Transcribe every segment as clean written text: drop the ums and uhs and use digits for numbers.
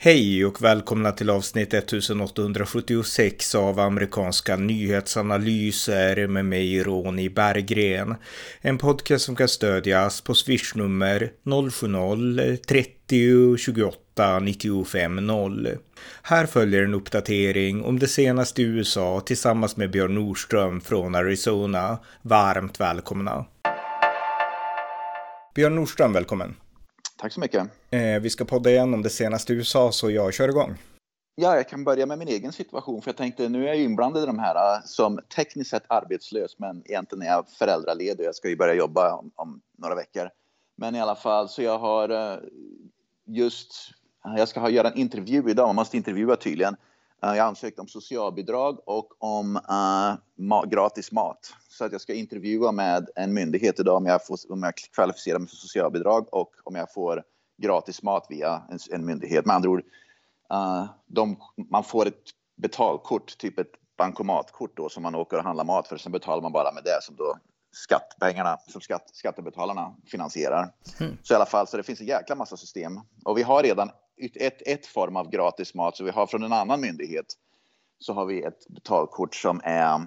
Hej och välkomna till avsnitt 1876 av amerikanska nyhetsanalyser med mig Ronny Berggren. En podcast som kan stödjas på Swish-nummer 070-30 28 95 0. Här följer en uppdatering om det senaste i USA tillsammans med Björn Nordström från Arizona. Varmt välkomna. Björn Nordström, välkommen. Tack så mycket. Vi ska podda igen om det senaste i USA, så jag kör igång. Ja, jag kan börja med min egen situation, för jag tänkte nu är jag inblandad i de här som tekniskt sett arbetslös, men egentligen är jag föräldraledig och jag ska ju börja jobba om några veckor. Men i alla fall, så jag har jag ska göra en intervju idag, man måste intervjua tydligen. Jag ansökte om socialbidrag och om gratis mat. Så att jag ska intervjua med en myndighet idag om jag kvalificerar mig för socialbidrag och om jag får gratis mat via en myndighet. Med andra ord, man får ett betalkort, typ ett bankomatkort då, som man åker och handlar mat för. Sen betalar man bara med det som då skattepengarna som skattebetalarna finansierar. Så i alla fall, så det finns en jäkla massa system. Och vi har redan ett form av gratis mat, så vi har från en annan myndighet så har vi ett betalkort som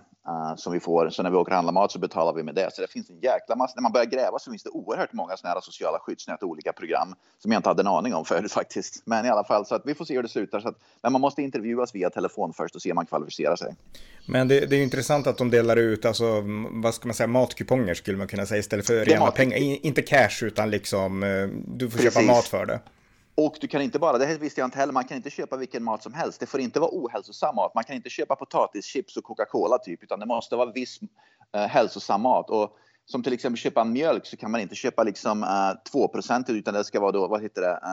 vi får, så när vi åker och handlar mat så betalar vi med det. Så det finns en jäkla massa, när man börjar gräva så finns det oerhört många sådana här sociala skyddsnät och olika program som jag inte hade en aning om förut faktiskt. Men i alla fall, så att vi får se hur det slutar. Men man måste intervjuas via telefon först och se om man kvalificerar sig. Men det är ju intressant att de delar ut, alltså, vad ska man säga, matkuponger skulle man kunna säga istället för rena pengar. Inte cash, utan liksom, du får köpa mat för det. Och du kan inte bara, det visste jag inte heller, man kan inte köpa vilken mat som helst. Det får inte vara ohälsosam mat. Man kan inte köpa potatischips och Coca-Cola typ, utan det måste vara viss hälsosam mat. Och som till exempel köpa mjölk så kan man inte köpa liksom 2%, utan det ska vara då, vad heter det,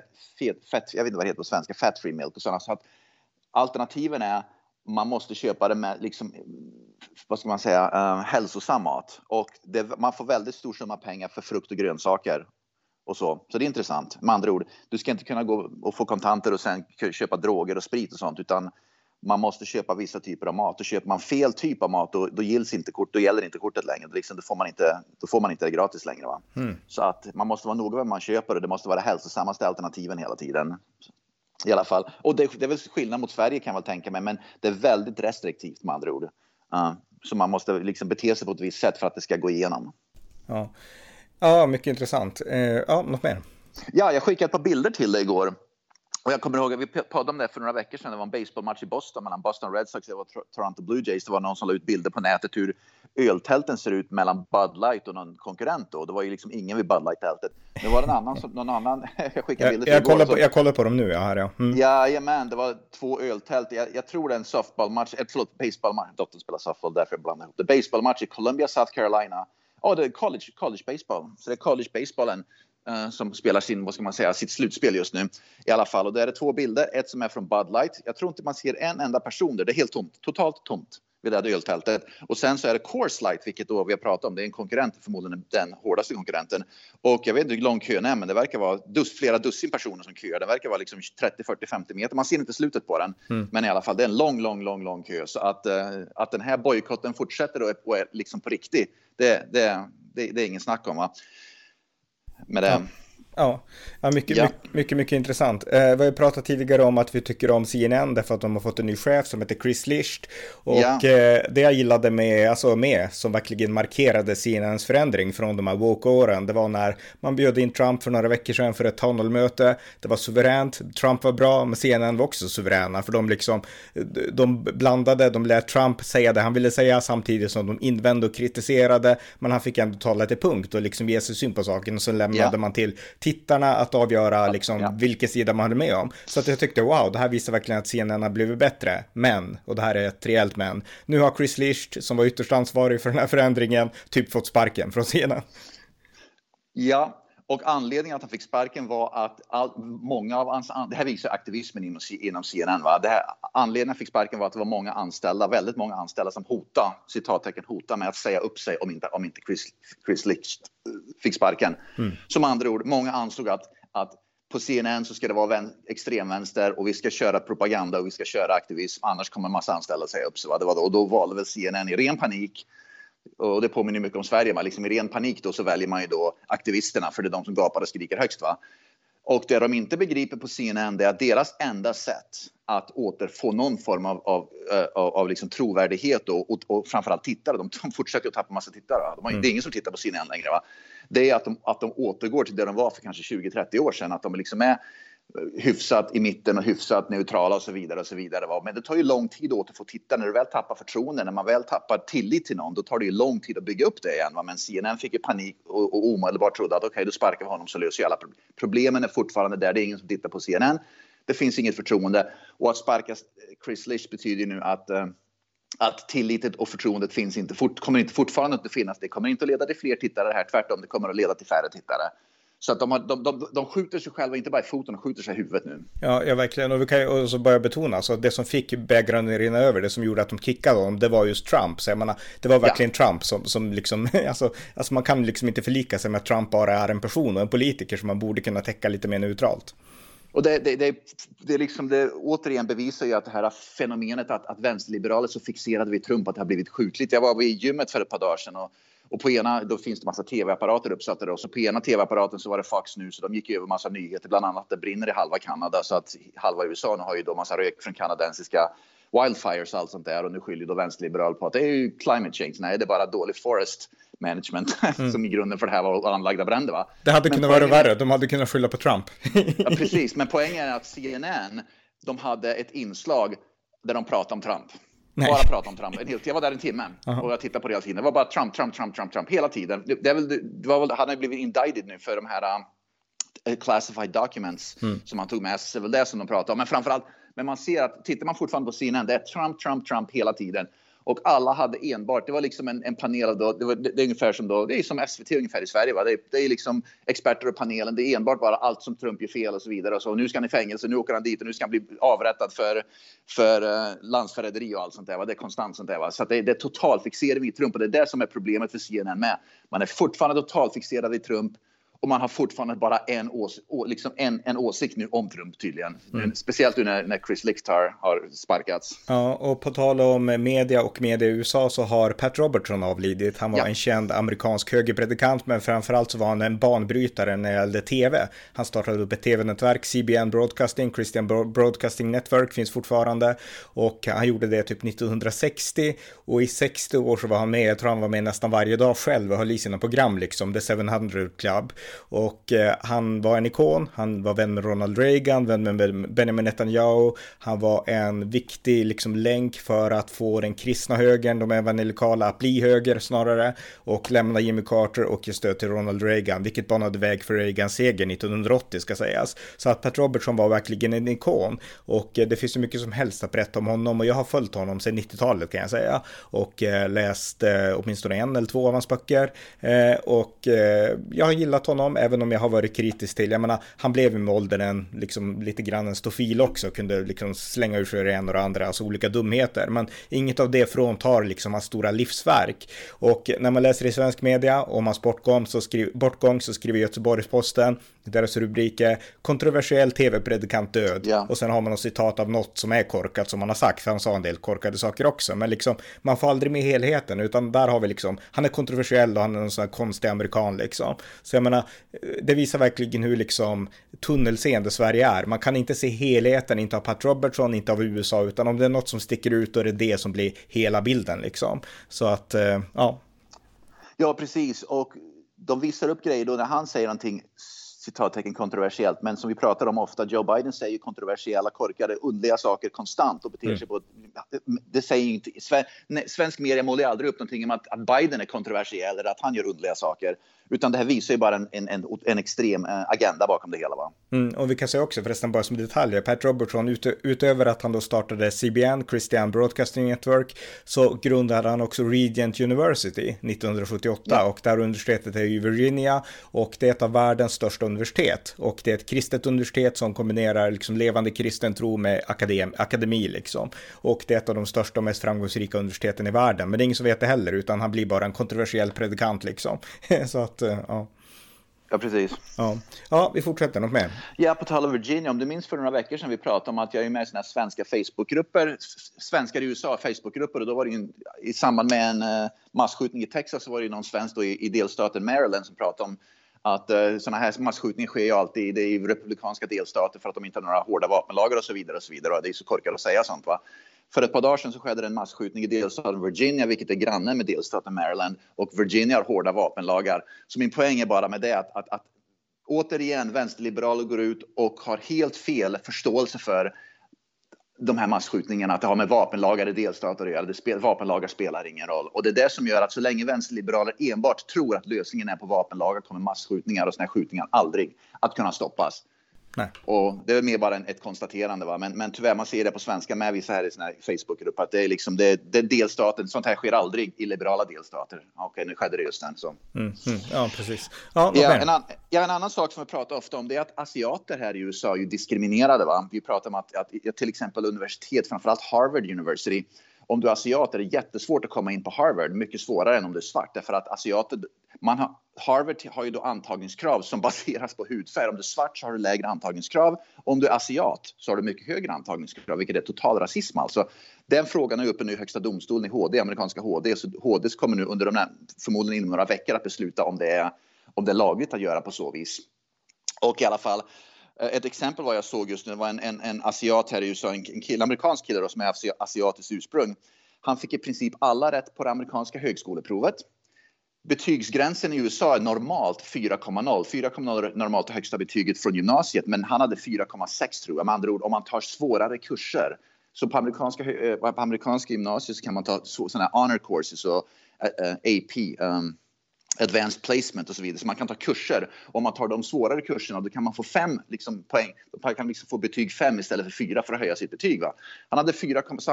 fett, jag vet inte vad det heter på svenska, fat free milk och sådana. Så att alternativen är, man måste köpa det med liksom, vad ska man säga, hälsosam mat. Och man får väldigt stor summa pengar för frukt och grönsaker. Och så det är intressant. Med andra ord, du ska inte kunna gå och få kontanter och sen köpa droger och sprit och sånt, utan man måste köpa vissa typer av mat. Och köper man fel typ av mat, då gäller inte kortet längre. Liksom, då får man inte det gratis längre. Va? Så att man måste vara noga med vad man köper, och det måste vara det hälsosammaste alternativen hela tiden. I alla fall. Och det är väl skillnad mot Sverige, kan man tänka mig, men det är väldigt restriktivt med andra ord. Så man måste liksom bete sig på ett visst sätt för att det ska gå igenom. Ja. Ja, mycket intressant. Något mer? Ja, jag skickade ett par bilder till dig igår. Och jag kommer ihåg att vi poddade om det för några veckor sedan. Det var en baseballmatch i Boston mellan Boston Red Sox och Toronto Blue Jays. Det var någon som la ut bilder på nätet hur öltälten ser ut mellan Bud Light och någon konkurrent då. Det var ju liksom ingen vid Bud Light-tältet. Det var någon annan. Jag skickade bilder till igår. Jag kollar på dem nu, ja. Jajamän, det var 2 öltält. Jag tror det är en softballmatch. Baseballmatch. Dottern spelar softball, därför jag blandar ihop det. Baseballmatch i Columbia, South Carolina. Det är college baseball. Så det är college baseballen som spelar sitt slutspel just nu. I alla fall. Och där är det 2 bilder. Ett som är från Bud Light. Jag tror inte man ser en enda person där. Det är helt tomt. Totalt tomt vid det här öltältet. Och sen så är det Coors Light, vilket då vi har pratat om. Det är en konkurrent, förmodligen den hårdaste konkurrenten. Och jag vet inte hur lång kön är, men det verkar vara flera dussin personer som köar. Det verkar vara liksom 30, 40, 50 meter. Man ser inte slutet på den. Men i alla fall, det är en lång kö. Så att den här bojkotten fortsätter och är liksom på riktigt. Det är ingen snack om, va? Med det. Ja, mycket intressant. Vi har ju pratat tidigare om att vi tycker om CNN därför att de har fått en ny chef som heter Chris Licht. Och det jag gillade med som verkligen markerade CNNs förändring från de här woke-åren, det var när man bjöd in Trump för några veckor sedan för ett townhall-möte. Det var suveränt. Trump var bra, men CNN var också suveräna, för de blandade, de lät Trump säga det han ville säga samtidigt som de invände och kritiserade, men han fick ändå tala till punkt och liksom ge sig syn på saken, och så lämnade man till tittarna att avgöra vilken sida man hade med om. Så att jag tyckte, wow, det här visar verkligen att CNN har blivit bättre. Men, och det här är ett rejält men, nu har Chris Licht, som var ytterst ansvarig för den här förändringen, typ fått sparken från CNN. Ja, och anledningen att han fick sparken var att det här visar aktivismen inom CNN, va? Anledningen att han fick sparken var att det var väldigt många anställda som hotade med att säga upp sig om inte Chris Licht fick sparken. Som andra ord, många ansåg att på CNN så ska det vara extremvänster och vi ska köra propaganda och vi ska köra aktivism, annars kommer en massa anställda säga upp sig. Och då valde väl CNN i ren panik, och det påminner mycket om Sverige, liksom i ren panik då så väljer man ju då aktivisterna, för det är de som gapar och skriker högst, va? Och det de inte begriper på CNN, det är att deras enda sätt att återfå någon form av liksom trovärdighet och framförallt tittare, de fortsätter att tappa massa tittare. Det är ingen som tittar på CNN längre, va? Det är att de återgår till det de var för kanske 20-30 år sedan, att de liksom är hyfsat i mitten och hyfsat neutrala och så vidare och så vidare. Va? Men det tar ju lång tid att få titta. När du väl tappar förtroende, när man väl tappar tillit till någon, då tar det ju lång tid att bygga upp det igen. Va? Men CNN fick ju panik och omedelbart trodde att okej, då sparkar vi honom så löser alla problem. Problemen är fortfarande där, det är ingen som tittar på CNN. Det finns inget förtroende. Och att sparka Chris Licht betyder nu att tilliten och förtroendet finns inte, kommer inte fortfarande inte finnas. Det kommer inte att leda till fler tittare här, tvärtom, det kommer att leda till färre tittare. Så att de skjuter sig själva inte bara i foten, de skjuter sig i huvudet nu. Ja, verkligen. Och vi kan ju också börja betona, så det som fick bägaren rinna över, det som gjorde att de kickade dem, det var just Trump. Så jag menar, det var verkligen Trump som liksom, alltså man kan liksom inte förlika sig med att Trump bara är en person och en politiker som man borde kunna täcka lite mer neutralt. Och det liksom, det återigen bevisar ju att det här fenomenet att vänsterliberaler så fixerade vid Trump att det har blivit sjukligt. Jag var i gymmet för ett par dagar sedan och på ena, då finns det massa tv-apparater uppsatta då. Så på ena tv-apparaten så var det Fox News och de gick över massa nyheter, bland annat att det brinner i halva Kanada, så att halva USA nu har ju då massa rök från kanadensiska wildfires och allt sånt där, och nu skyller då vänsterliberal på att det är ju climate change. Nej, det är bara dålig forest management som i grunden för det här var anlagda bränder, va? Det hade kunnat vara värre, de hade kunnat skylla på Trump. Ja, precis, men poängen är att CNN, de hade ett inslag där de pratade om Trump. Nej. Bara prata om Trump. Jag var där en timme och jag tittade på det hela tiden. Det var bara Trump hela tiden. Han har blivit indicted nu för de här classified documents som han tog med sig. Det är väl det som de pratar om. Men framförallt, men man ser att tittar man fortfarande på CNN, det är Trump hela tiden. Och alla hade enbart, det var liksom en panel då, det är ungefär som då, det är som SVT ungefär i Sverige, va? Det är liksom experter och panelen, det är enbart bara allt som Trump gör fel och så vidare. Och så nu ska han i fängelse, nu åker han dit och nu ska han bli avrättad för landsförräderi och allt sånt där, va? Det är konstant sånt där, va? Så att det är total fixering vid Trump, och det är det som är problemet för CNN med. Man är fortfarande totalt fixerad vid Trump. Och man har fortfarande bara en åsikt nu om Trump tydligen. Speciellt nu när Chris Licht har sparkats. Ja, och på tal om media och media i USA så har Pat Robertson avlidit. Han var en känd amerikansk högerpredikant, men framförallt så var han en banbrytare när det gällde tv. Han startade upp ett tv-nätverk, CBN Broadcasting, Christian Broadcasting Network finns fortfarande. Och han gjorde det typ 1960, och i 60 år så var han med, jag tror han var med nästan varje dag själv och höll i sina program liksom, The 700 Club. Och han var en ikon, han var vän med Ronald Reagan, vän med Benjamin Netanyahu, han var en viktig liksom länk för att få den kristna högern, de evangelikala att bli höger snarare, och lämna Jimmy Carter och ge stöd till Ronald Reagan, vilket banade väg för Reagans seger 1980 ska sägas. Så att Pat Robertson var verkligen en ikon, och det finns så mycket som helst att berätta om honom, och jag har följt honom sedan 90-talet kan jag säga, och läst åtminstone en eller två av hans böcker, och jag har gillat honom, även om jag har varit kritisk till, jag menar, han blev med åldern liksom lite grann en stofil också, kunde liksom slänga ur sig det ena och det andra, alltså olika dumheter, men inget av det fråntar liksom hans stora livsverk. Och när man läser i svensk media om hans bortgång så skriver Göteborgs-Posten deras rubriker: kontroversiell tv-predikant död, och sen har man något citat av något som är korkat som han har sagt, för han sa en del korkade saker också, men liksom man får aldrig med helheten, utan där har vi liksom, han är kontroversiell och han är en sån här konstig amerikan liksom. Så jag menar, det visar verkligen hur liksom tunnelseende Sverige är. Man kan inte se helheten, inte av Pat Robertson, inte av USA, utan om det är något som sticker ut, då är det det som blir hela bilden liksom. Så att, ja. Ja, precis. Och de visar upp grejer då när han säger någonting citattecken kontroversiellt, men som vi pratar om ofta, Joe Biden säger kontroversiella, korkade, underliga saker konstant och beter sig på, det säger inte, svensk media målar aldrig upp någonting om att Biden är kontroversiell eller att han gör underliga saker, utan det här visar ju bara en extrem agenda bakom det hela, va? Och vi kan säga också förresten bara som detaljer, Pat Robertson utöver att han då startade CBN, Christian Broadcasting Network, så grundade han också Regent University 1978, och där universitetet är i Virginia, och det är ett av världens största universitet, och det är ett kristet universitet som kombinerar liksom levande kristen tro med akademi liksom, och det är ett av de största och mest framgångsrika universiteten i världen, men det är ingen som vet det heller, utan han blir bara en kontroversiell predikant liksom. Så att, ja. Ja, precis. Ja, vi fortsätter något mer. Ja, på tal om Virginia, om du minns för några veckor sedan vi pratade om att jag är med i såna här svenska Facebookgrupper, svenskar i USA Facebookgrupper, och då var det ju i samband med en masskjutning i Texas, så var det ju någon svensk då i delstaten Maryland som pratade om att sådana här massskjutningar sker ju alltid i republikanska delstater för att de inte har några hårda vapenlagar och så vidare och så vidare. Och det är så korkat att säga sånt, va. För ett par dagar sedan så skedde en massskjutning i delstaten Virginia, vilket är grannen med delstaten Maryland, och Virginia har hårda vapenlagar. Så min poäng är bara med det att återigen vänsterliberaler går ut och har helt fel förståelse för de här massskjutningarna, att det har med vapenlagar i delstater att göra. Vapenlagar spelar ingen roll. Och det är det som gör att så länge vänsterliberaler enbart tror att lösningen är på vapenlagar kommer massskjutningar och såna här skjutningar aldrig att kunna stoppas. Nej. Och det är mer bara ett konstaterande, va? Men tyvärr, man ser det på svenska med vissa här i sina Facebookgrupper att det är liksom det är delstaten, sånt här sker aldrig i liberala delstater. Okej, nu skedde det just den så. Ja, precis. En annan sak som vi pratar ofta om, det är att asiater här i USA är ju diskriminerade, va? Vi pratar om att till exempel universitet, framförallt Harvard University, om du är asiat är det jättesvårt att komma in på Harvard, mycket svårare än om du är svart, därför att asiater, Harvard har ju då antagningskrav som baseras på hudfärg. Om du är svart så har du lägre antagningskrav. Om du är asiat så har du mycket högre antagningskrav, vilket är total rasism. Alltså, den frågan är uppe nu i högsta domstolen i HD, amerikanska HD. Så HD kommer nu förmodligen inom några veckor att besluta om det är lagligt att göra på så vis. Och i alla fall, ett exempel vad jag såg just nu var en asiat här i USA, en amerikansk kille då, som är asiatiskt ursprung. Han fick i princip alla rätt på det amerikanska högskoleprovet. Betygsgränsen i USA är normalt 4,0. 4,0 är normalt det högsta betyget från gymnasiet, men han hade 4,6 tror jag. Med andra ord, om man tar svårare kurser, så på amerikanska gymnasiet så kan man ta sådana honor courses och AP, advanced placement och så vidare. Så man kan ta kurser. Om man tar de svårare kurserna, då kan man få 5 poäng. Då kan man få betyg 5 istället för 4 för att höja sitt betyg, va? Han hade 4, så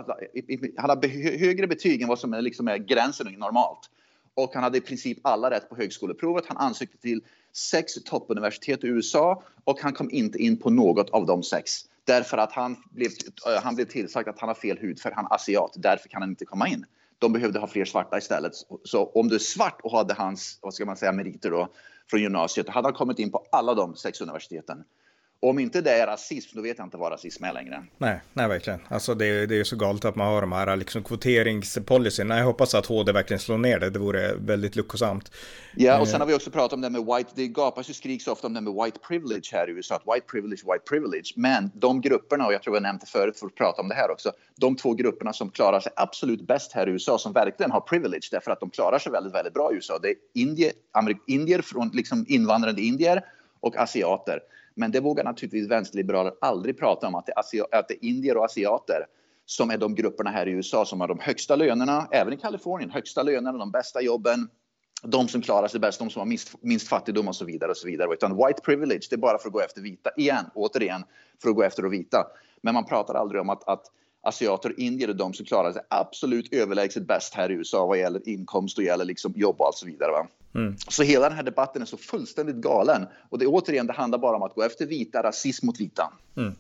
han hade högre betyg än vad som är gränsen normalt. Och han hade i princip alla rätt på högskoleprovet. Han ansökte till 6 toppuniversitet i USA och han kom inte in på något av de 6. Därför att han blev tillsagt att han har fel hudfärg, han är asiat. Därför kan han inte komma in. De behövde ha fler svarta istället. Så om du är svart och hade hans, meriter då, från gymnasiet, hade han kommit in på alla de 6 universiteten. Om inte det är rasism, då vet jag inte vad rasism är längre. Nej, verkligen. Alltså det är ju så galet att man har de här liksom kvoteringspolicyn. Jag hoppas att HD verkligen slår ner det. Det vore väldigt lyckosamt. Ja, och sen har vi också pratat om det med white. Det gapas ju skriks ofta om det med white privilege här i USA. White privilege. Men de grupperna, och jag tror jag nämnde förut för att prata om det här också. De 2 grupperna som klarar sig absolut bäst här i USA, som verkligen har privilege, därför att de klarar sig väldigt, väldigt bra i USA. Det är indier från liksom invandrande indier och asiater. Men det vågar naturligtvis vänsterliberaler aldrig prata om, att det är indier och asiater som är de grupperna här i USA som har de högsta lönerna, även i Kalifornien, högsta lönerna, de bästa jobben, de som klarar sig bäst, de som har minst fattigdom och så vidare och så vidare. Utan white privilege, det är bara för att gå efter vita, återigen, för att gå efter och vita. Men man pratar aldrig om att asiater och indier är de som klarar sig absolut överlägset bäst här i USA vad gäller inkomst och gäller liksom jobb och allt så vidare, va? Så hela den här debatten är så fullständigt galen. Och det handlar bara om att gå efter vita, rasism mot vita.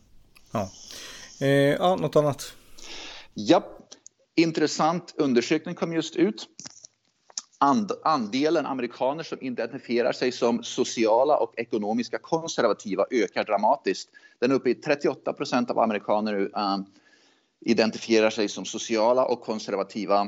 Ja, något annat? Ja, intressant undersökning kom just ut. Andelen amerikaner som identifierar sig som sociala och ekonomiska konservativa ökar dramatiskt. Den är uppe i 38% av amerikaner identifierar sig som sociala och konservativa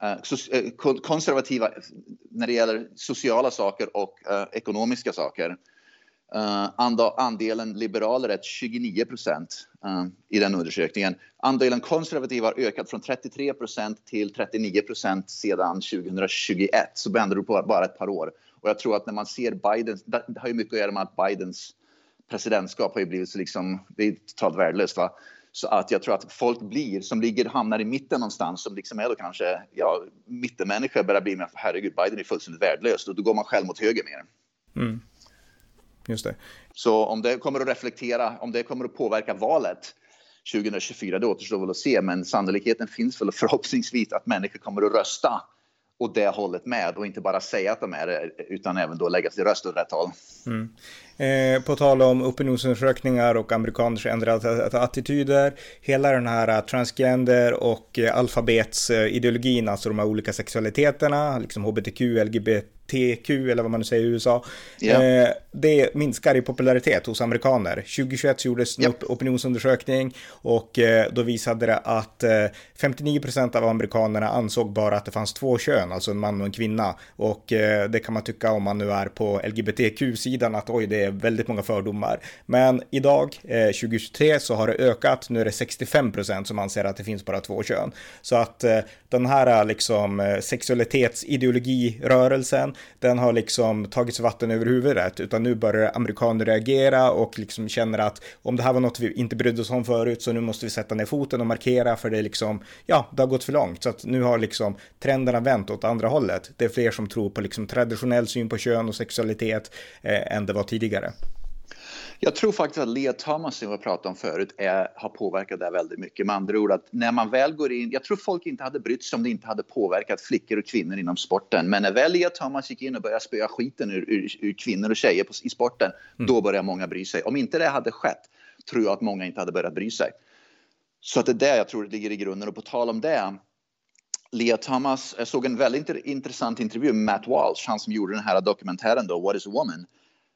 när det gäller sociala saker och ekonomiska saker. Andelen liberaler är 29% i den undersökningen. Andelen konservativa har ökat från 33% till 39% sedan 2021. Så det ändrar på bara ett par år. Och jag tror att när man ser Biden, det har ju mycket att göra med att Bidens presidentskap har ju blivit så liksom, det är totalt värdelöst, va? Så att jag tror att folk hamnar i mitten någonstans, som liksom är då kanske, mittenmänniskor börjar bli med, herregud, Biden är fullständigt värdelöst, och då går man själv mot höger mer. Just det. Så om det kommer att reflektera, om det kommer att påverka valet 2024, det återstår väl att se, men sannolikheten finns väl förhoppningsvis att människor kommer att rösta och det hållet med, och inte bara säga att de är det, utan även då lägga sin röst åt rätt håll. På tal om opinionsundersökningar och amerikaners ändrade attityder, hela den här transgender och alfabetsideologin, alltså de här olika sexualiteterna, liksom hbtq, LGBT LGBTQ eller vad man nu säger i USA. Det minskar i popularitet hos amerikaner. 2021 gjordes en opinionsundersökning och då visade det att 59% av amerikanerna ansåg bara att det fanns två kön, alltså en man och en kvinna. Och det kan man tycka om man nu är på LGBTQ-sidan att oj, det är väldigt många fördomar. Men idag, 2023, så har det ökat. Nu är det 65% som anser att det finns bara två kön. Så att den här liksom sexualitetsideologirörelsen, den har liksom tagits vatten över huvudet, utan nu börjar amerikaner reagera och liksom känner att om det här var något vi inte brydde oss om förut, så nu måste vi sätta ner foten och markera, för det är liksom, ja, det har gått för långt. Så att nu har liksom trenderna vänt åt andra hållet. Det är fler som tror på liksom traditionell syn på kön och sexualitet än det var tidigare. Jag tror faktiskt att Lia Thomas, som vi pratade om förut, har påverkat det väldigt mycket. Med andra ord, att när man väl går in, jag tror folk inte hade brytt sig om det inte hade påverkat flickor och kvinnor inom sporten. Men när väl Lia Thomas gick in och började spöa skiten ur kvinnor och tjejer i sporten, då började många bry sig. Om inte det hade skett, tror jag att många inte hade börjat bry sig. Så att det är där jag tror det ligger i grunden. Och på tal om det, Lia Thomas, jag såg en väldigt intressant intervju med Matt Walsh, han som gjorde den här dokumentären då, What is a Woman?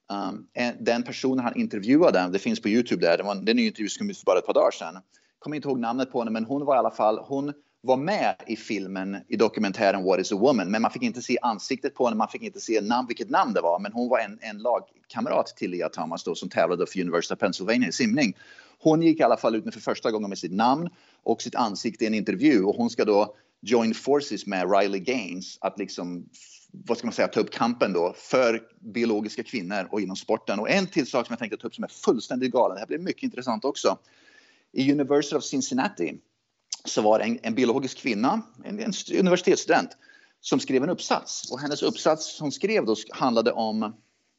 Den personen han intervjuade, det finns på YouTube där, det är en ny intervju som kom ut för bara ett par dagar sedan. Kommer inte ihåg namnet på henne, men hon var i alla fall, hon var med i filmen, i dokumentären What is a Woman, men man fick inte se ansiktet på henne, man fick inte se vilket namn det var, men hon var en lagkamrat till Lia Thomas då, som tävlade för University of Pennsylvania i simning. Hon gick i alla fall ut för första gången med sitt namn och sitt ansikte i en intervju, och hon ska då join forces med Riley Gaines att liksom, vad ska man säga, ta upp kampen då för biologiska kvinnor och inom sporten. Och en till sak som jag tänkte ta upp som är fullständigt galen, det här blir mycket intressant också. I University of Cincinnati så var det en biologisk kvinna, en universitetsstudent, som skrev en uppsats. Och hennes uppsats hon skrev då handlade om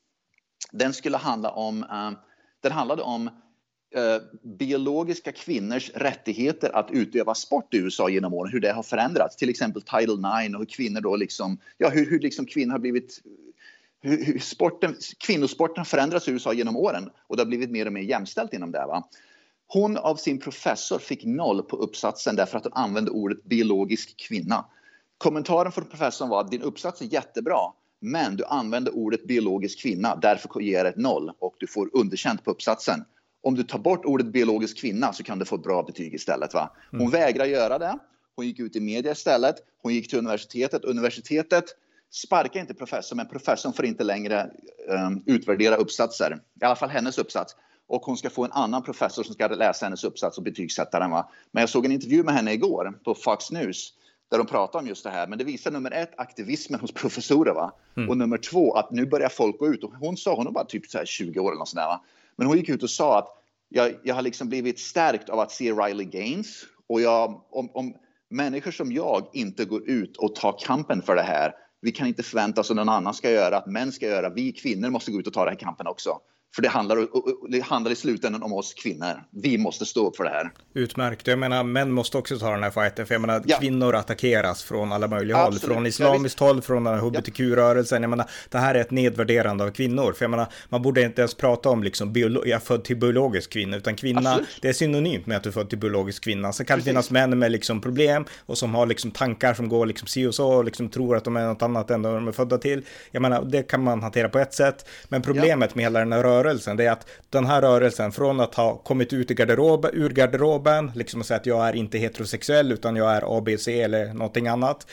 biologiska kvinnors rättigheter att utöva sport i USA genom åren, hur det har förändrats. Till exempel Title IX och hur kvinnor då liksom, hur liksom kvinnor har blivit, hur kvinnosporten har förändrats i USA genom åren, och det har blivit mer och mer jämställt inom det, va. Hon av sin professor fick 0 på uppsatsen därför att hon använde ordet biologisk kvinna. Kommentaren från professorn var att din uppsats är jättebra, men du använder ordet biologisk kvinna, därför ger det 0 och du får underkänt på uppsatsen. Om du tar bort ordet biologisk kvinna så kan du få ett bra betyg istället, va? Hon vägrar göra det. Hon gick ut i media istället. Hon gick till universitetet. Universitetet sparkar inte professorn, men professorn får inte längre utvärdera uppsatser. I alla fall hennes uppsats. Och hon ska få en annan professor som ska läsa hennes uppsats och betygsätta den, va? Men jag såg en intervju med henne igår på Fox News där de pratade om just det här. Men det visar nummer 1 aktivismen hos professorer, va? Och nummer 2 att nu börjar folk gå ut. Och hon var bara typ så här 20 år eller något sådär, va? Men hon gick ut och sa att jag har liksom blivit stärkt av att se Riley Gaines. Och om människor som jag inte går ut och tar kampen för det här, vi kan inte förvänta oss att någon annan ska göra, att män ska göra. Vi kvinnor måste gå ut och ta den här kampen också. För det handlar i slutändan om oss kvinnor. Vi måste stå upp för det här. Utmärkt. Jag menar, män måste också ta den här fighten. För jag menar, kvinnor attackeras från alla möjliga håll. Från islamiskt håll, från den här hbtq-rörelsen. Jag menar, det här är ett nedvärderande av kvinnor. För jag menar, man borde inte ens prata om liksom, jag är född till biologisk kvinna. Utan kvinna, det är synonymt med att du är född till biologisk kvinna. Så kan det finnas män med liksom problem och som har liksom tankar som går liksom si och så och liksom tror att de är något annat än de är födda till. Jag menar, det kan man hantera på ett sätt. Men problemet med hela den här rörelsen, det är att den här rörelsen från att ha kommit ut ur garderoben, liksom att säga att jag är inte heterosexuell utan jag är ABC eller någonting annat,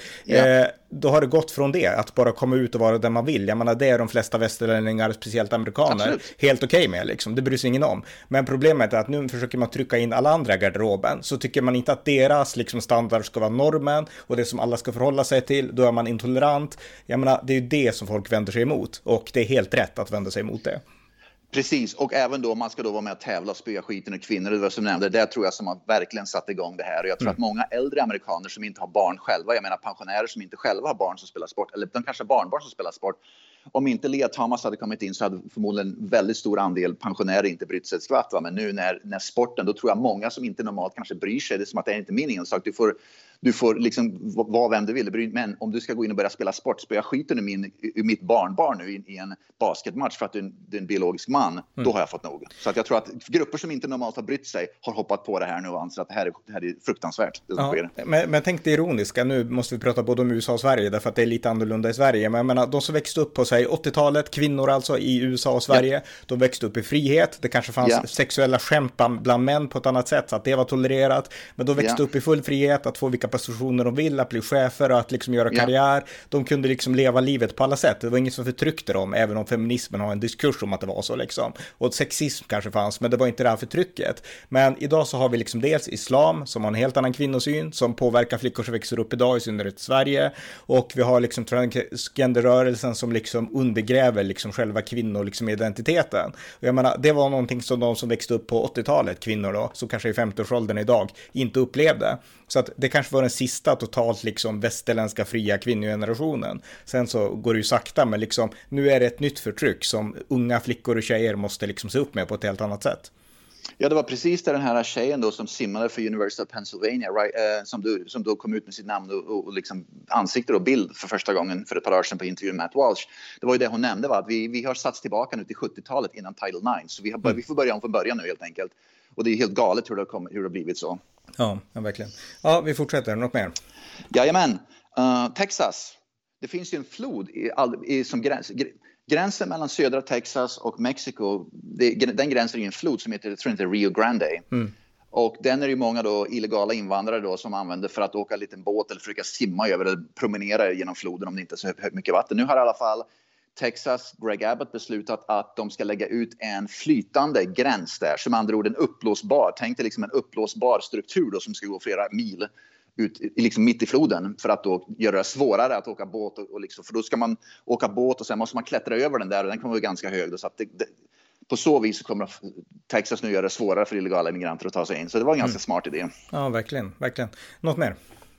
då har det gått från det att bara komma ut och vara den man vill. Jag menar, det är de flesta västerlänningar, speciellt amerikaner, helt okej med liksom. Det bryr sig ingen om. Men problemet är att nu försöker man trycka in alla andra i garderoben, så tycker man inte att deras liksom standard ska vara normen och det som alla ska förhålla sig till, då är man intolerant. Jag menar, det är ju det som folk vänder sig emot, och det är helt rätt att vända sig emot det. Precis, och även då man ska då vara med och tävla och spöa skiten och kvinnor, det var som nämnde, det tror jag som har verkligen satt igång det här. Och jag tror att många äldre amerikaner som inte har barn själva, jag menar pensionärer som inte själva har barn som spelar sport, eller de kanske har barnbarn som spelar sport, Om inte Lea Thomas hade kommit in så hade förmodligen en väldigt stor andel pensionärer inte brytt sig ett skvatt. Men nu när sporten, då tror jag många som inte normalt kanske bryr sig, det är som att det är inte min ensak. Du får liksom vara vem du vill. Men om du ska gå in och börja spela sport, spela skiten ur mitt barnbarn nu i en basketmatch för att du är en biologisk man, då har jag fått nog. Så att jag tror att grupper som inte normalt har brytt sig har hoppat på det här nu och anser att det här är fruktansvärt. Men tänk det ironiska, nu måste vi prata både om USA och Sverige därför att det är lite annorlunda i Sverige. Men jag menar, de som växte upp på sig 80-talet, kvinnor alltså i USA och Sverige, de växte upp i frihet. Det kanske fanns sexuella skämt bland män på ett annat sätt så att det var tolererat. Men de växte upp i full frihet att få vilka positioner de vill, att bli chefer och att liksom göra karriär. De kunde liksom leva livet på alla sätt. Det var ingen som förtryckte dem, även om feminismen har en diskurs om att det var så liksom. Och sexism kanske fanns, men det var inte det här förtrycket. Men idag så har vi liksom dels islam som har en helt annan kvinnosyn som påverkar flickor som växer upp idag i synnerhet i Sverige. Och vi har liksom transgenderrörelsen som liksom undergräver liksom själva kvinnor liksom identiteten. Och jag menar, det var någonting som de som växte upp på 80-talet, kvinnor då, som kanske i 50-årsåldern idag, inte upplevde. Så att det kanske var den sista totalt liksom västerländska fria kvinnogenerationen. Sen så går det ju sakta, men liksom nu är det ett nytt förtryck som unga flickor och tjejer måste liksom se upp med på ett helt annat sätt. Ja, det var precis där den här tjejen då som simmade för University of Pennsylvania, som då kom ut med sitt namn och liksom ansikte och bild för första gången för ett par år sedan på intervjun med Matt Walsh. Det var ju det hon nämnde, var att vi har satts tillbaka nu till 70-talet innan Title IX, så vi får börja om från början nu helt enkelt. Och det är helt galet hur det har blivit så. Ja, verkligen. Ja, vi fortsätter. Något mer? Jajamän. Texas. Det finns ju en flod som gränsen mellan södra Texas och Mexiko. Den gränsen är ju en flod som heter Rio Grande. Och den är det ju många då illegala invandrare då som använder för att åka en liten båt eller försöka simma över eller promenera genom floden om det inte är så mycket vatten. Nu har i alla fall Texas, Greg Abbott, beslutat att de ska lägga ut en flytande gräns där. Som andra ord en uppblåsbar, tänk dig liksom en uppblåsbar struktur då som ska gå flera mil ut liksom mitt i floden för att då göra det svårare att åka båt och liksom, för då ska man åka båt och sen måste man klättra över den där och den kommer vara ganska hög då, så att på så vis så kommer Texas nu göra det svårare för illegala immigranter att ta sig in. Så det var en ganska smart idé. Ja, verkligen. Något mer?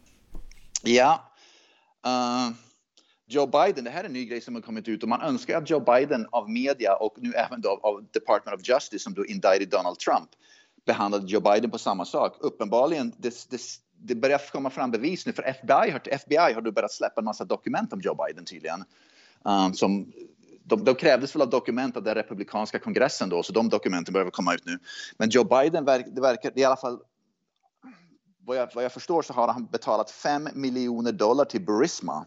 Ja. Joe Biden, det här är en ny grej som har kommit ut och man önskar att Joe Biden av media och nu även då av Department of Justice som då indicted Donald Trump behandlade Joe Biden på samma sak. Uppenbarligen, det börjar komma fram bevis nu för FBI har då börjat släppa en massa dokument om Joe Biden tydligen. Som de krävdes väl av dokument av den republikanska kongressen då, så de dokumenten börjar komma ut nu. Men Joe Biden det verkar i alla fall, vad jag förstår så har han betalat $5 miljoner till Burisma.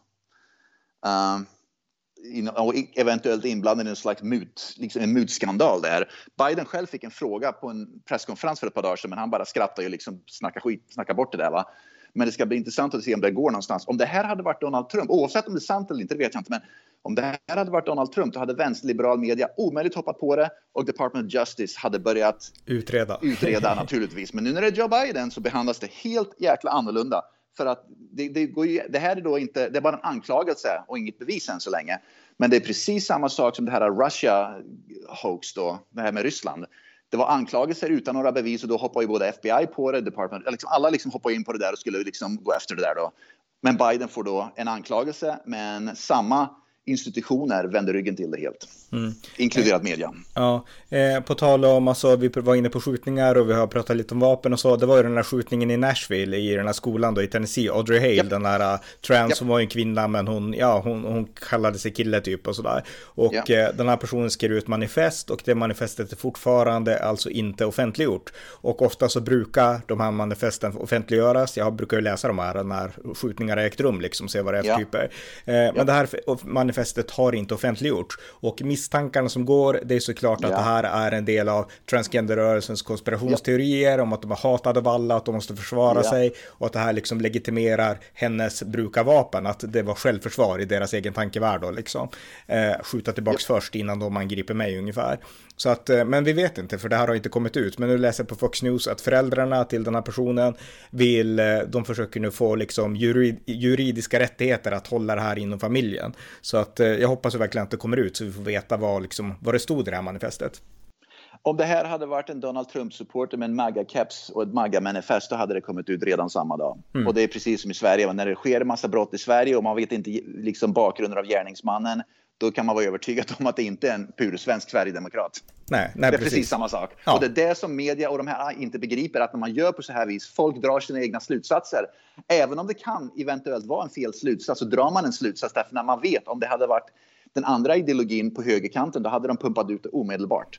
Och eventuellt inblandad i en slags en mutskandal där. Biden själv fick en fråga på en presskonferens för ett par dagar sedan, men han bara skrattade och liksom snackade bort det där, va. Men det ska bli intressant att se om det går någonstans. Om det här hade varit Donald Trump, oavsett om det är sant eller inte, det vet jag inte, men om det här hade varit Donald Trump, då hade vänsterliberal media omöjligt hoppat på det och Department of Justice hade börjat utreda naturligtvis. Men nu när det är Joe Biden så behandlas det helt jäkla annorlunda. För att det här är då inte, det är bara en anklagelse och inget bevis än så länge. Men det är precis samma sak som det här Russia hoax då, det här med Ryssland. Det var anklagelser utan några bevis och då hoppar ju både FBI på det, Department, liksom alla liksom hoppar in på det där och skulle liksom gå efter det där då. Men Biden får då en anklagelse, men samma institutioner vänder ryggen till det helt. Inkluderat media. Ja, på tal om, alltså, vi var inne på skjutningar och vi har pratat lite om vapen och så. Det var ju den här skjutningen i Nashville i den här skolan då i Tennessee, Audrey Hale, den där trans som var en kvinna, men hon kallade sig kille typ och sådär. Och den här personen skrev ut manifest och det manifestet är fortfarande alltså inte offentliggjort. Och ofta så brukar de här manifesten offentliggöras. Jag brukar ju läsa de här när skjutningar har ägt rum, liksom se vad det är för typer. Men det här manifestet har inte offentliggjorts. Och misstankarna som går, det är såklart att det här är en del av transgenderrörelsens konspirationsteorier om att de har hatat av alla, att de måste försvara sig och att det här liksom legitimerar hennes bruk av vapen, att det var självförsvar i deras egen tankevärld då, liksom. Skjuta tillbaks först innan de angriper mig ungefär. Så att, men vi vet inte, för det här har inte kommit ut. Men nu läser jag på Fox News att föräldrarna till den här personen de försöker nu få liksom juridiska rättigheter att hålla det här inom familjen. Så att jag hoppas verkligen att det kommer ut så vi får veta vad det stod i det här manifestet. Om det här hade varit en Donald Trump-supporter med en MAGA-keps och ett MAGA-manifest, då hade det kommit ut redan samma dag. Och det är precis som i Sverige. När det sker en massa brott i Sverige och man vet inte liksom bakgrunden av gärningsmannen, då kan man vara övertygad om att det inte är en pur svensk Sverigedemokrat. Nej, det är precis samma sak. Ja. Och det är det som media och de här inte begriper, att när man gör på så här vis, folk drar sina egna slutsatser. Även om det kan eventuellt vara en fel slutsats, så drar man en slutsats därför när man vet, om det hade varit den andra ideologin på högerkanten, då hade de pumpat ut det omedelbart.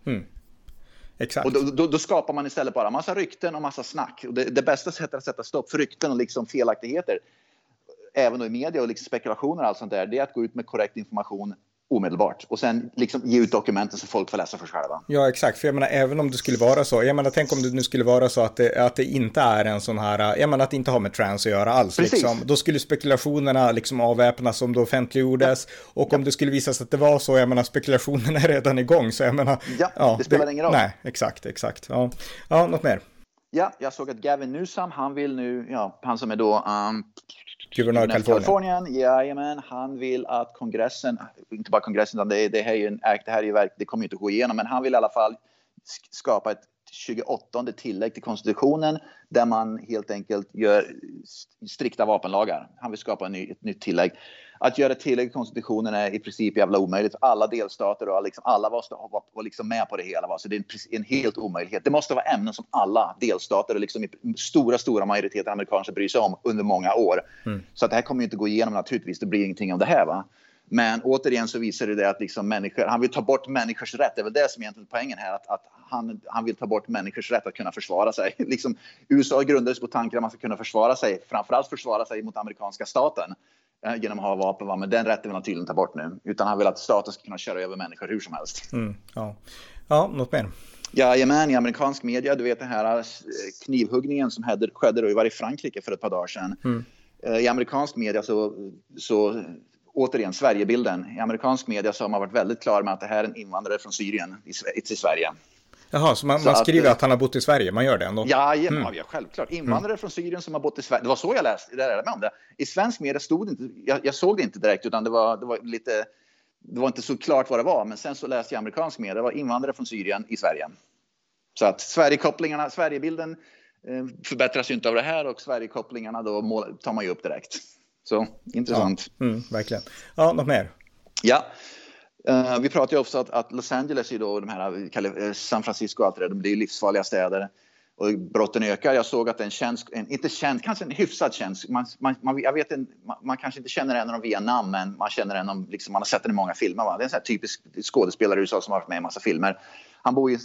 Exakt. Och då skapar man istället bara massa rykten och massa snack. Och det bästa sättet att sätta stopp för rykten och liksom felaktigheter, även då i media och liksom spekulationer och allt sånt där, det är att gå ut med korrekt information omedelbart och sen liksom ge ut dokumenten så folk får läsa för själva. Ja, exakt. För jag menar, även om det skulle vara så, jag menar, tänk om det nu skulle vara så att det inte är en sån här, jag menar att det inte har med trans att göra alls. Liksom. Då skulle spekulationerna liksom avväpnas som det offentliggjordes. Och om det skulle visa sig att det var så, jag menar, spekulationerna är redan igång. Så jag menar, det spelar ingen roll. Nej, exakt. Ja, något mer? Ja, jag såg att Gavin Newsom, han vill nu, han som är då guvernör Kalifornien. Jajamän, han vill att kongressen, inte bara kongressen, utan det här är ju en act, det kommer inte att gå igenom, men han vill i alla fall skapa ett 28:e tillägg till konstitutionen där man helt enkelt gör strikta vapenlagar. Han vill skapa ett nytt tillägg. Att göra tillägg till konstitutionen är i princip jävla omöjligt. Alla delstater och liksom alla var liksom med på det hela. Så det är en helt omöjlighet. Det måste vara ämnen som alla delstater och liksom stora majoriteter amerikaner bryr sig om under många år. Så att det här kommer ju inte gå igenom naturligtvis. Det blir ingenting av det här, va? Men återigen så visar det att liksom han vill ta bort människors rätt. Det är väl det som egentligen är poängen här. Att han vill ta bort människors rätt att kunna försvara sig. Liksom, USA grundades på tanken att man ska kunna försvara sig. Framförallt försvara sig mot amerikanska staten. Genom att ha vapen, men den rätten vill han tydligen ta bort nu. Utan han vill att staten ska kunna köra över människor hur som helst. Ja, något mer? Jajamän, i amerikansk media, du vet den här knivhuggningen som skedde då i Frankrike för ett par dagar sedan. I amerikansk media så återigen Sverigebilden. I amerikansk media så har man varit väldigt klar med att det här är en invandrare från Syrien till Sverige. Jaha, så man skriver att han har bott i Sverige, man gör det ändå? Ja, självklart. Invandrare från Syrien som har bott i Sverige. Det var så jag läste det med om det. I svensk media stod det inte, jag såg det inte direkt, utan det var inte så klart vad det var. Men sen så läste jag amerikansk media, det var invandrare från Syrien i Sverige. Så att Sverigebilden förbättras ju inte av det här, och Sverigekopplingarna då tar man ju upp direkt. Så, intressant. Verkligen. Ja, något mer? Ja. Vi pratar ju också att Los Angeles är då de här San Francisco och allt det där, de blir livsfarliga städer och brotten ökar. Jag såg att kanske en hyfsad tjänst. Jag vet inte, man kanske inte känner en av dem via namn, men man känner en om liksom, man har sett den i många filmer. Va? Det är en sån här typisk skådespelare i USA som har varit med i en massa filmer. Han bor i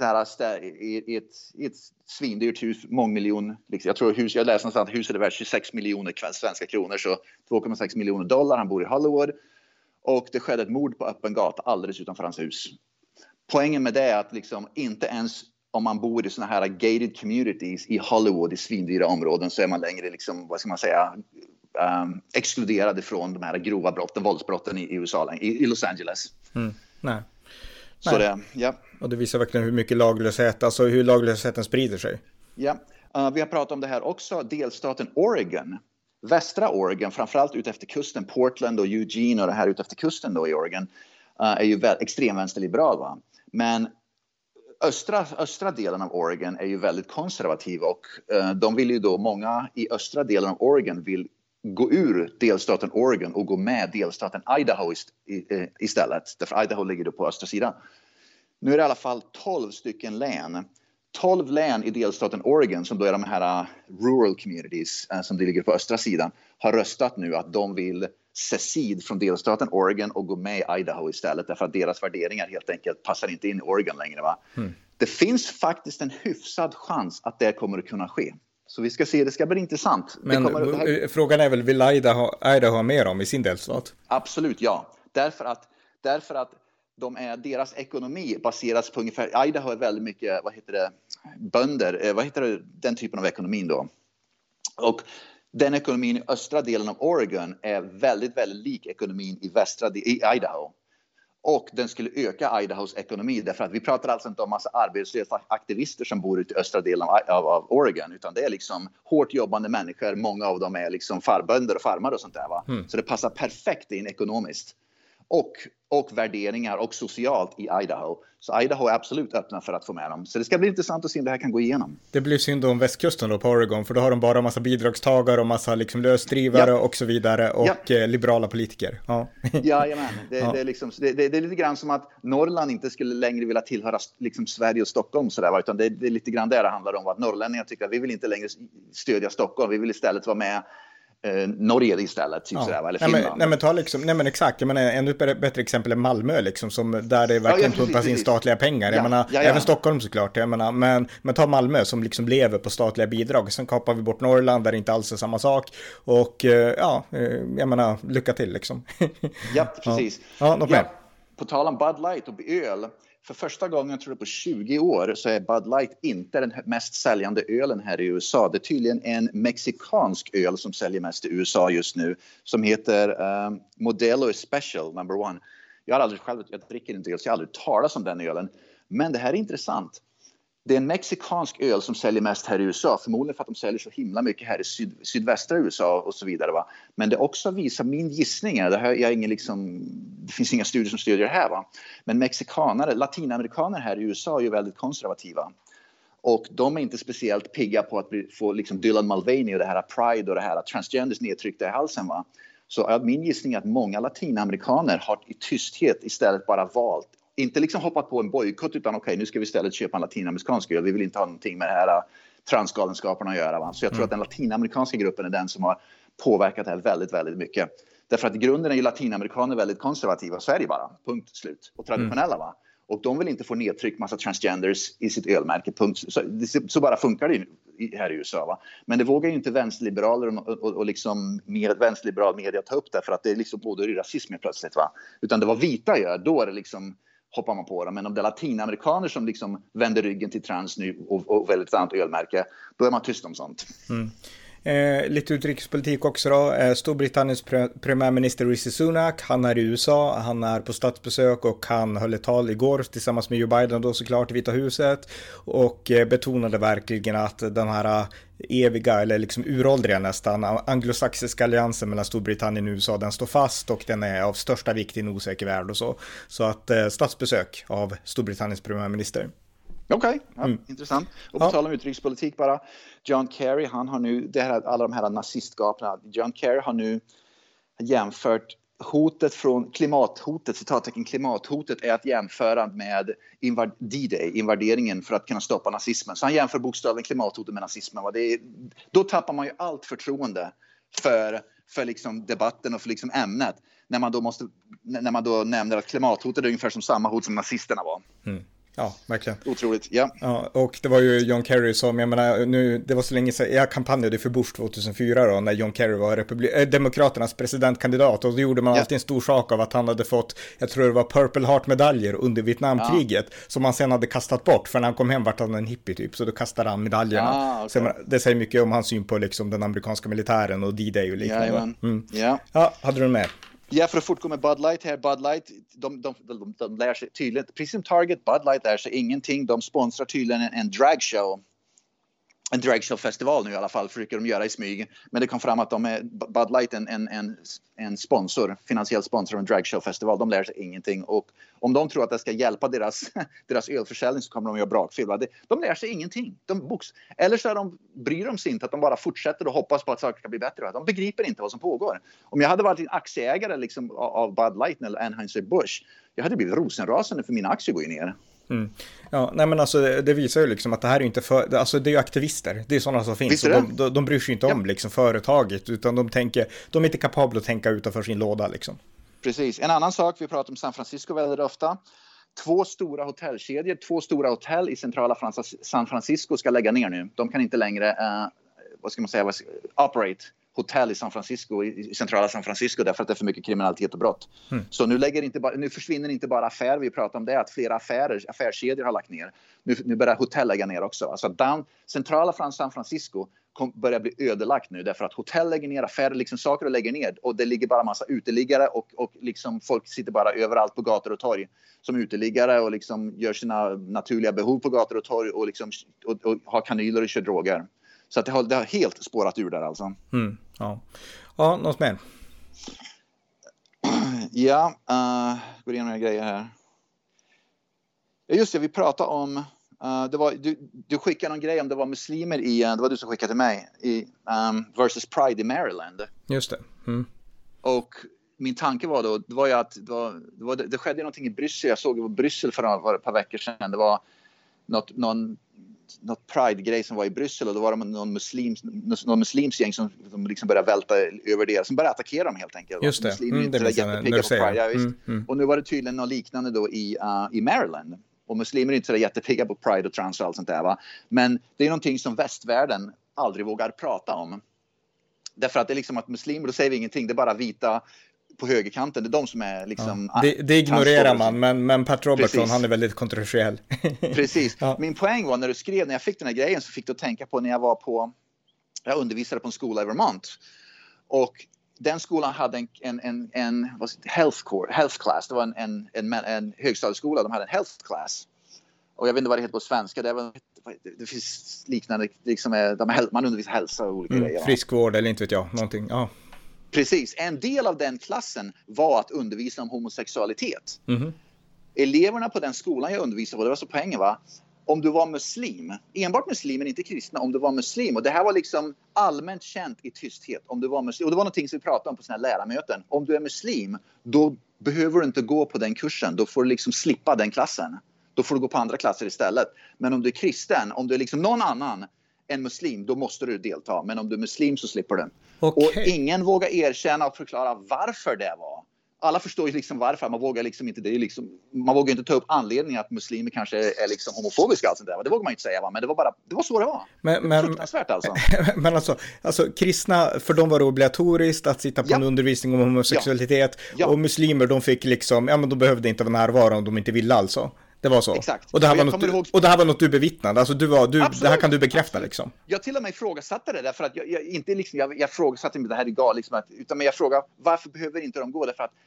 ett svindyrt hus, mångmiljon. Liksom. Jag läste någonstans att huset är värt 26 miljoner svenska kronor, så 2,6 miljoner dollar. Han bor i Hollywood. Och det skedde ett mord på öppen gata alldeles utanför hans hus. Poängen med det är att liksom, inte ens om man bor i såna här gated communities i Hollywood, i svindyra områden, så är man längre liksom, vad ska man säga, exkluderad från de här grova brotten, våldsbrotten i USA, i Los Angeles. Nej. Så det, ja. Och det visar verkligen hur mycket laglöshet, alltså hur laglösheten sprider sig. Ja, vi har pratat om det här också. Delstaten Oregon, västra Oregon, framförallt ut efter kusten, Portland och Eugene och det här ut efter kusten då i Oregon, är ju extremvänsterliberal, va? Men östra delen av Oregon är ju väldigt konservativ, och de vill ju då, många i östra delen av Oregon vill gå ur delstaten Oregon och gå med delstaten Idaho istället. Därför Idaho ligger då på östra sidan. Nu är det i alla fall 12 stycken län. 12 län i delstaten Oregon, som då är de här rural communities som ligger på östra sidan, har röstat nu att de vill secede från delstaten Oregon och gå med i Idaho istället, därför att deras värderingar helt enkelt passar inte in i Oregon längre, va? Det finns faktiskt en hyfsad chans att det kommer att kunna ske. Så vi ska se, det ska bli intressant. Men frågan är väl, vill Idaho ha mer om i sin delstat? Absolut, ja. Därför att deras ekonomi baseras på ungefär, Idaho är väldigt mycket, bönder, den typen av ekonomin då. Och den ekonomin i östra delen av Oregon är väldigt, väldigt lik ekonomin i Idaho. Och den skulle öka Idahos ekonomi, därför att vi pratar alltså inte om massa arbetslösa aktivister som bor ute i östra delen av Oregon, utan det är liksom hårt jobbande människor. Många av dem är liksom farbönder och farmare och sånt där, va? Så det passar perfekt in ekonomiskt. och värderingar och socialt i Idaho. Så Idaho är absolut öppna för att få med dem. Så det ska bli intressant att se om det här kan gå igenom. Det blir synd om västkusten då på Oregon, för då har de bara massa bidragstagare och massa liksom lösdrivare och så vidare och liberala politiker. Jajamän. Det är lite grann som att Norrland inte skulle längre vilja tillhöra liksom Sverige och Stockholm sådär, utan det är lite grann där det handlar om, att norrlänningar tycker att vi vill inte längre stödja Stockholm, vi vill istället vara med Norge istället, typ sådär, eller Finland. Nej men exakt, jag menar ännu bättre exempel är Malmö liksom, som där det verkligen pumpas in statliga pengar. Jag menar, även Stockholm såklart, jag menar, men ta Malmö som liksom lever på statliga bidrag. Sen kapar vi bort Norrland där det inte alls är samma sak. Och jag menar, lycka till liksom. Ja, precis. Något mer. På tal om Bud Light och öl. För första gången, jag tror det på 20 år, så är Bud Light inte den mest säljande ölen här i USA. Det är tydligen en mexikansk öl som säljer mest i USA just nu, som heter Modelo Special No. 1. Jag dricker inte öl, så jag har aldrig talat om den ölen. Men det här är intressant. Det är en mexikansk öl som säljer mest här i USA. Förmodligen för att de säljer så himla mycket här i sydvästra USA och så vidare. Va? Men det också visar min gissning. Det finns inga studier som stödjer det här. Va? Men latinamerikaner här i USA är ju väldigt konservativa. Och de är inte speciellt pigga på att få liksom Dylan Mulvaney och det här Pride och det här transgenders nedtryckta i halsen. Va? Så min gissning är att många latinamerikaner har i tysthet istället bara valt. Inte liksom hoppat på en bojkott, utan okej, nu ska vi istället köpa en latinamerikansk öl. Vi vill inte ha någonting med det här transgalenskaperna att göra. Va? Så jag tror att den latinamerikanska gruppen är den som har påverkat det här väldigt, väldigt mycket. Därför att i grunden är ju latinamerikaner väldigt konservativa. Så är det bara, punkt slut. Och traditionella va. Och de vill inte få nedtryck massa transgenders i sitt ölmärke, punkt. Så bara funkar det här i USA. Va? Men det vågar ju inte vänsterliberaler och liksom vänsterliberal media ta upp det, för att det är liksom både rasism plötsligt. Va? Utan det var vita gör, då är det liksom hoppar man på det. Men om det är latinamerikaner som liksom vänder ryggen till trans nu och väldigt annat ölmärke, då är man tyst om sånt. Lite utrikespolitik också då. Storbritanniens premiärminister Rishi Sunak, han är i USA, han är på statsbesök och han höll ett tal igår tillsammans med Joe Biden då såklart i Vita huset och betonade verkligen att den här eviga eller liksom uråldriga nästan anglosaxiska alliansen mellan Storbritannien och USA, den står fast och den är av största vikt i en osäker värld och så att statsbesök av Storbritanniens premiärminister. Okej, intressant. Och på tal om utrikespolitik bara. John Kerry, han har nu, alla de här nazistgaperna. John Kerry har nu jämfört hotet från klimathotet, citattecken klimathotet, är att jämföra med D-Day, invaderingen, för att kunna stoppa nazismen. Så han jämför bokstavligen klimathotet med nazismen. Då tappar man ju allt förtroende för liksom debatten och för liksom ämnet. När man då nämner att klimathotet är ungefär som samma hot som nazisterna var. Ja, verkligen. Otroligt, ja. Och det var ju John Kerry som, jag menar, det var så länge sedan, jag kampanjade för Bush 2004 då, när John Kerry var demokraternas presidentkandidat, och då gjorde man alltid en stor sak av att han hade fått, jag tror det var Purple Heart-medaljer under Vietnamkriget, som han sen hade kastat bort, för när han kom hem vart han en hippie typ, så då kastade han medaljerna. Okay. Så, det säger mycket om hans syn på liksom den amerikanska militären och D-Day och liknande. Ja, hade du med? Ja, för att fortgå med Bud Light här. Bud Light, de lär sig tydligen, precis som Target, Bud Light lär sig ingenting. De sponsrar tydligen en dragshow. En dragshowfestival nu i alla fall, försöker de göra i smyg. Men det kom fram att de är Bud Light en sponsor, finansiell sponsor av en dragshowfestival. De lär sig ingenting. Och om de tror att det ska hjälpa deras ölförsäljning, så kommer de göra brakfel. De lär sig ingenting. Eller så bryr de sig inte, att de bara fortsätter och hoppas på att saker ska bli bättre. De begriper inte vad som pågår. Om jag hade varit en aktieägare liksom, av Bud Light eller Anheuser-Busch, jag hade blivit rosenrasande för mina aktier går ju ner. Ja, nej men alltså det visar ju liksom att det här är inte alltså det är ju aktivister, det är sådana som finns, och de bryr sig inte om liksom företaget, utan de är inte kapabla att tänka utanför sin låda liksom. Precis, en annan sak, vi pratar om San Francisco väldigt ofta. 2 stora hotellkedjor, 2 stora hotell i centrala San Francisco ska lägga ner nu. De kan inte längre operate hotell i San Francisco, i centrala San Francisco, därför att det är för mycket kriminalitet och brott. Så nu försvinner inte bara affärer, vi pratar om det, att flera affärskedjor har lagt ner. Nu börjar hotell lägga ner också. Alltså centrala San Francisco börjar bli ödelagt nu, därför att hotell lägger ner, affärer, liksom saker och lägger ner, och det ligger bara massa uteliggare och liksom folk sitter bara överallt på gator och torg som uteliggare och liksom gör sina naturliga behov på gator och torg och liksom och har kanyler och kör droger. Så att det har helt spårat ur där alltså. Ja, något mer? Går igenom några grejer här. Just det, vi pratade om det var, du skickade någon grej om det var muslimer i, det var du som skickade till mig i versus Pride i Maryland. Just det. Och min tanke var då, det var ju att det skedde någonting i Bryssel. Jag såg det var Bryssel för ett par veckor sedan. Det var något Pride-grej som var i Bryssel, och då var det någon muslims gäng som liksom började välta över det, som började attackera dem helt enkelt. Just det. Muslimer inte var jättepigga på Pride. Och nu var det tydligen något liknande då i Maryland. Och muslimer är inte så jättepigga på Pride och trans och allt sånt där, va? Men det är någonting som västvärlden aldrig vågar prata om. Därför att det är liksom att muslimer, då säger vi ingenting, det är bara vita på högerkanten, det är de som är liksom... Det ignorerar man, men Pat Robertson, han är väldigt kontroversiell. Precis. Min poäng var när jag fick den här grejen, så fick du tänka på när jag undervisade på en skola i Vermont. Och den skolan hade en health class. Det var en högstadieskola, de hade en health class. Och jag vet inte vad det heter på svenska. Det finns liknande, liksom, man undervisar hälsa och olika grejer. Friskvård eller inte vet jag, någonting. Ja. Precis, en del av den klassen var att undervisa om homosexualitet. Eleverna på den skolan jag undervisade på, det var så poängen, va? Om du var muslim, enbart muslimer, inte kristna, om du var muslim, och det här var liksom allmänt känt i tysthet, om du var muslim, och det var någonting som vi pratade om på sina lärarmöten. Om du är muslim, då behöver du inte gå på den kursen, då får du liksom slippa den klassen. Då får du gå på andra klasser istället. Men om du är kristen, om du är liksom någon annan än muslim, då måste du delta. Men om du är muslim så slipper du. Okay. Och ingen vågar erkänna och förklara varför det var. Alla förstår ju liksom varför. Man vågar liksom inte, det är liksom, man vågar inte ta upp anledningen att muslimer kanske är liksom homofobiska. Alltså det vågar man inte säga, va? Men det var så det var. Men fruktansvärt alltså. Men alltså kristna, för dem var det obligatoriskt att sitta på en undervisning om homosexualitet. Ja. Och muslimer, de fick liksom, men de behövde inte vara närvarande om de inte ville alltså. Det var så. Exakt. Och det här var något du bevittnade. Alltså det här kan du bekräfta liksom. Jag till och med ifrågasatte det, därför att jag ifrågasatte inte det här idag liksom, utan jag frågade varför behöver inte de gå, därför att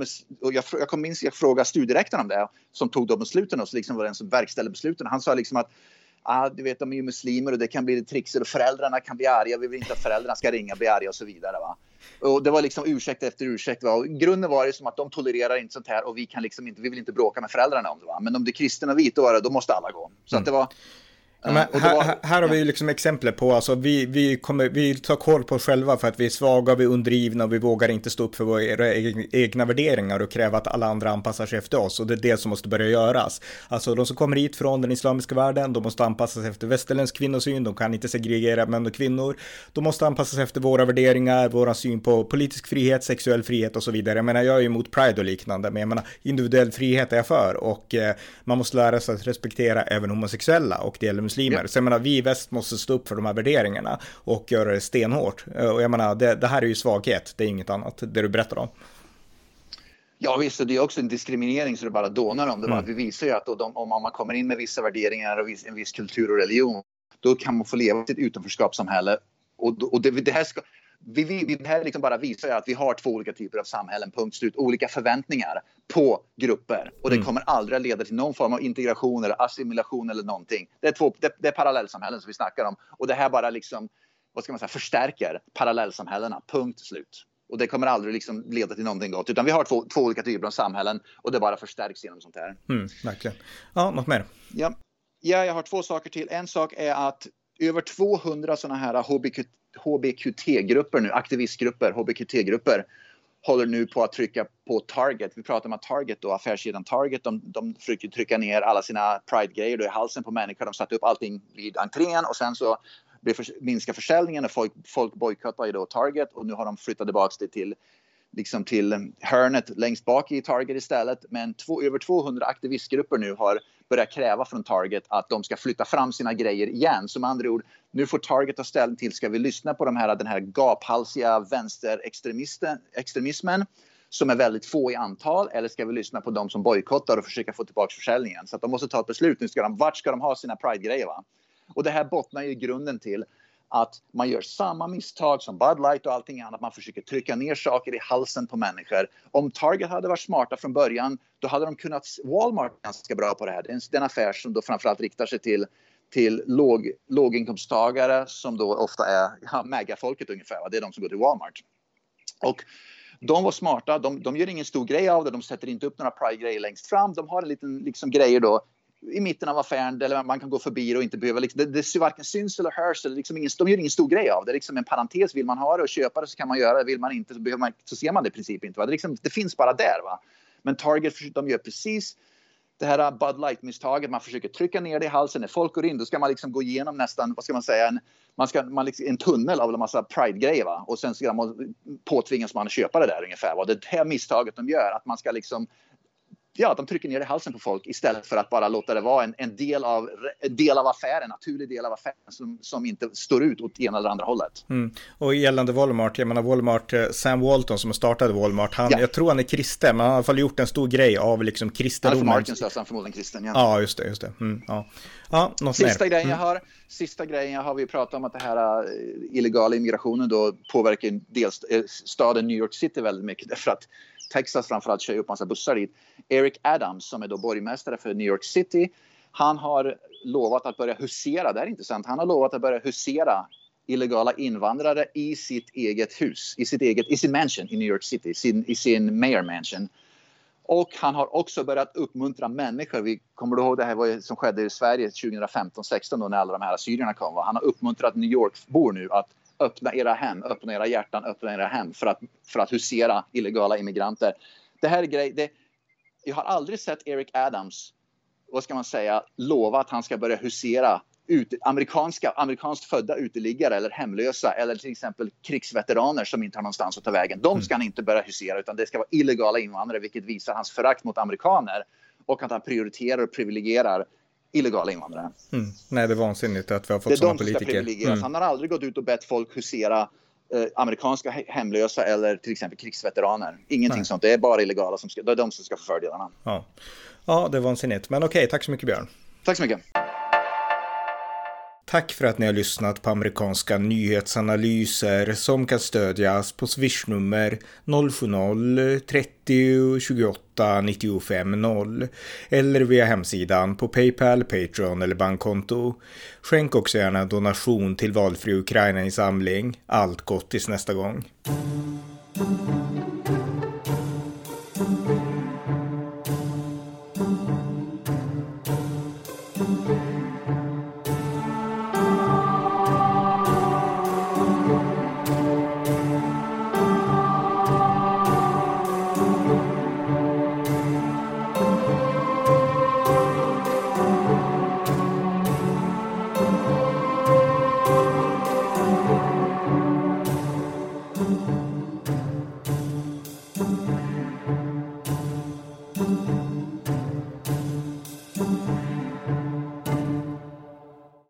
jag frågade studierektorn om det, som tog de besluten, och så liksom var den som verkställde besluten. Han sa liksom att du vet, de är ju muslimer och det kan bli trixer och föräldrarna kan bli arga. Vi vill inte att föräldrarna ska ringa och bli arga och så vidare, va? Och det var liksom ursäkt efter ursäkt, va? Och grunden var det som att de tolererar inte sånt här, och vi vill inte bråka med föräldrarna om det, va? Men om det är kristna och vita, då måste alla gå. Så att det var... Men här har vi ju liksom exempel på, alltså vi tar koll på oss själva för att vi är svaga, vi är undergivna och vi vågar inte stå upp för våra egna värderingar och kräva att alla andra anpassar sig efter oss, och det är det som måste börja göras. Alltså de som kommer hit från den islamiska världen, de måste anpassa sig efter västerländsk kvinnosyn, de kan inte segregera män och kvinnor, de måste anpassa sig efter våra värderingar, våra syn på politisk frihet, sexuell frihet och så vidare. Jag menar, jag är ju emot Pride och liknande, men jag menar, individuell frihet är jag för, och man måste lära sig att respektera även homosexuella, och det gäller muslimer. Så jag menar, vi i väst måste stå upp för de här värderingarna och göra det stenhårt. Och jag menar, det här är ju svaghet, det är inget annat, det du berättar om. Ja visst, och det är också en diskriminering så det bara dånar om det. Bara. Vi visar ju att om man kommer in med vissa värderingar och en viss kultur och religion, då kan man få leva i ett utanförskapssamhälle. Och det här ska... Vi här liksom bara visar att vi har två olika typer av samhällen, punkt slut, olika förväntningar på grupper, och det kommer aldrig att leda till någon form av integration eller assimilation eller någonting. Det är parallellsamhällen som vi snackar om, och det här bara liksom, vad ska man säga, förstärker parallellsamhällena, punkt slut. Och det kommer aldrig liksom leda till någonting gott, utan vi har två olika typer av samhällen, och det bara förstärks genom sånt här. Verkligen. Ja, något mer? Ja, jag har två saker till. En sak är att över 200 sådana här HBQT-grupper nu, aktivistgrupper, HBQT-grupper, håller nu på att trycka på Target. Vi pratar om att Target då, affärskedjan Target, de försöker trycka ner alla sina Pride-grejer då i halsen på människor. De satte upp allting vid entrén, och sen så minskar försäljningen, och folk bojkottar ju då Target, och nu har de flyttat tillbaka det till hörnet längst bak i Target istället. Men över 200 aktivistgrupper nu har börjat kräva från Target att de ska flytta fram sina grejer igen. Som andra ord, nu får Target ta ställning till, ska vi lyssna på den här gaphalsiga vänsterextremismen som är väldigt få i antal, eller ska vi lyssna på de som bojkottar och försöka få tillbaka försäljningen? Så att de måste ta ett beslut. Nu vart ska de ha sina Pride-grejer, va? Och det här bottnar ju i grunden till att man gör samma misstag som Bud Light och allting annat. Man försöker trycka ner saker i halsen på människor. Om Target hade varit smarta från början, då hade de kunnat... Walmart är ganska bra på det här. Det är en affär som då framförallt riktar sig till låginkomsttagare, som då ofta är MAGA-folket ungefär. Va? Det är de som går till Walmart. Och De var smarta, de gör ingen stor grej av det, de sätter inte upp några Pride-grejer längst fram, de har en liten liksom grejer då i mitten av affären eller man kan gå förbi det och inte behöva liksom, det varken syns eller hörs eller liksom de gör ingen stor grej av det. Det är liksom en parentes, vill man ha det och köpa det så kan man göra det, vill man inte så ser man det i princip inte. Va? Det finns bara där. Va? Men Target, de gör precis det här Bud Light-misstaget, man försöker trycka ner det i halsen. När folk går in, då ska man liksom gå igenom nästan, vad ska man säga, en tunnel av en massa Pride-grejer. Va? Och sen ska man påtvingas man att köpa det där ungefär. Va? Det här misstaget de gör, att man ska liksom, ja, de trycker ner i halsen på folk istället för att bara låta det vara en del av affären, naturlig del av affären som inte står ut åt ena eller andra hållet. Och gällande Walmart, jag menar Walmart, Sam Walton som startade Walmart, jag tror han är kristen, men han har i alla fall gjort en stor grej av liksom kristendomen. Han är från Arkansas, han förmodligen kristen. Ja, just det. Något Sista grejen jag har vi pratat om att det här illegala immigrationen då påverkar staden New York City väldigt mycket, därför att Texas framförallt kör upp massa bussar dit. Eric Adams som är då borgmästare för New York City, han har lovat att börja husera, det här är intressant, han har lovat att börja husera illegala invandrare i sitt eget hus, i sin mansion i New York City, i sin mayor mansion. Och han har också börjat uppmuntra människor. Vi kommer ihåg det här som skedde i Sverige 2015-16 då när alla de här assyrierna kom. Han har uppmuntrat New York-bor nu att öppna era hem, öppna era hjärtan, öppna era hem för att husera illegala immigranter. Det här är grej. Jag har aldrig sett Eric Adams, vad ska man säga, lova att han ska börja husera amerikanskt födda uteliggare eller hemlösa eller till exempel krigsveteraner som inte har någonstans att ta vägen. De ska han inte börja husera, utan det ska vara illegala invandrare, vilket visar hans förakt mot amerikaner och att han prioriterar och privilegierar illegala invandrare. Nej, det är vansinnigt att vi har fått sådana politiker. Han har aldrig gått ut och bett folk husera amerikanska hemlösa eller till exempel krigsveteraner. Ingenting sånt. Det är bara illegala det är de som ska få fördelarna. Ja, det är vansinnigt. Men okej, tack så mycket Björn. Tack så mycket. Tack för att ni har lyssnat på amerikanska nyhetsanalyser som kan stödjas på Swish-nummer 070-30 28 95 0 eller via hemsidan på PayPal, Patreon eller bankkonto. Skänk också gärna en donation till valfri Ukraina-insamling. Allt gott tills nästa gång.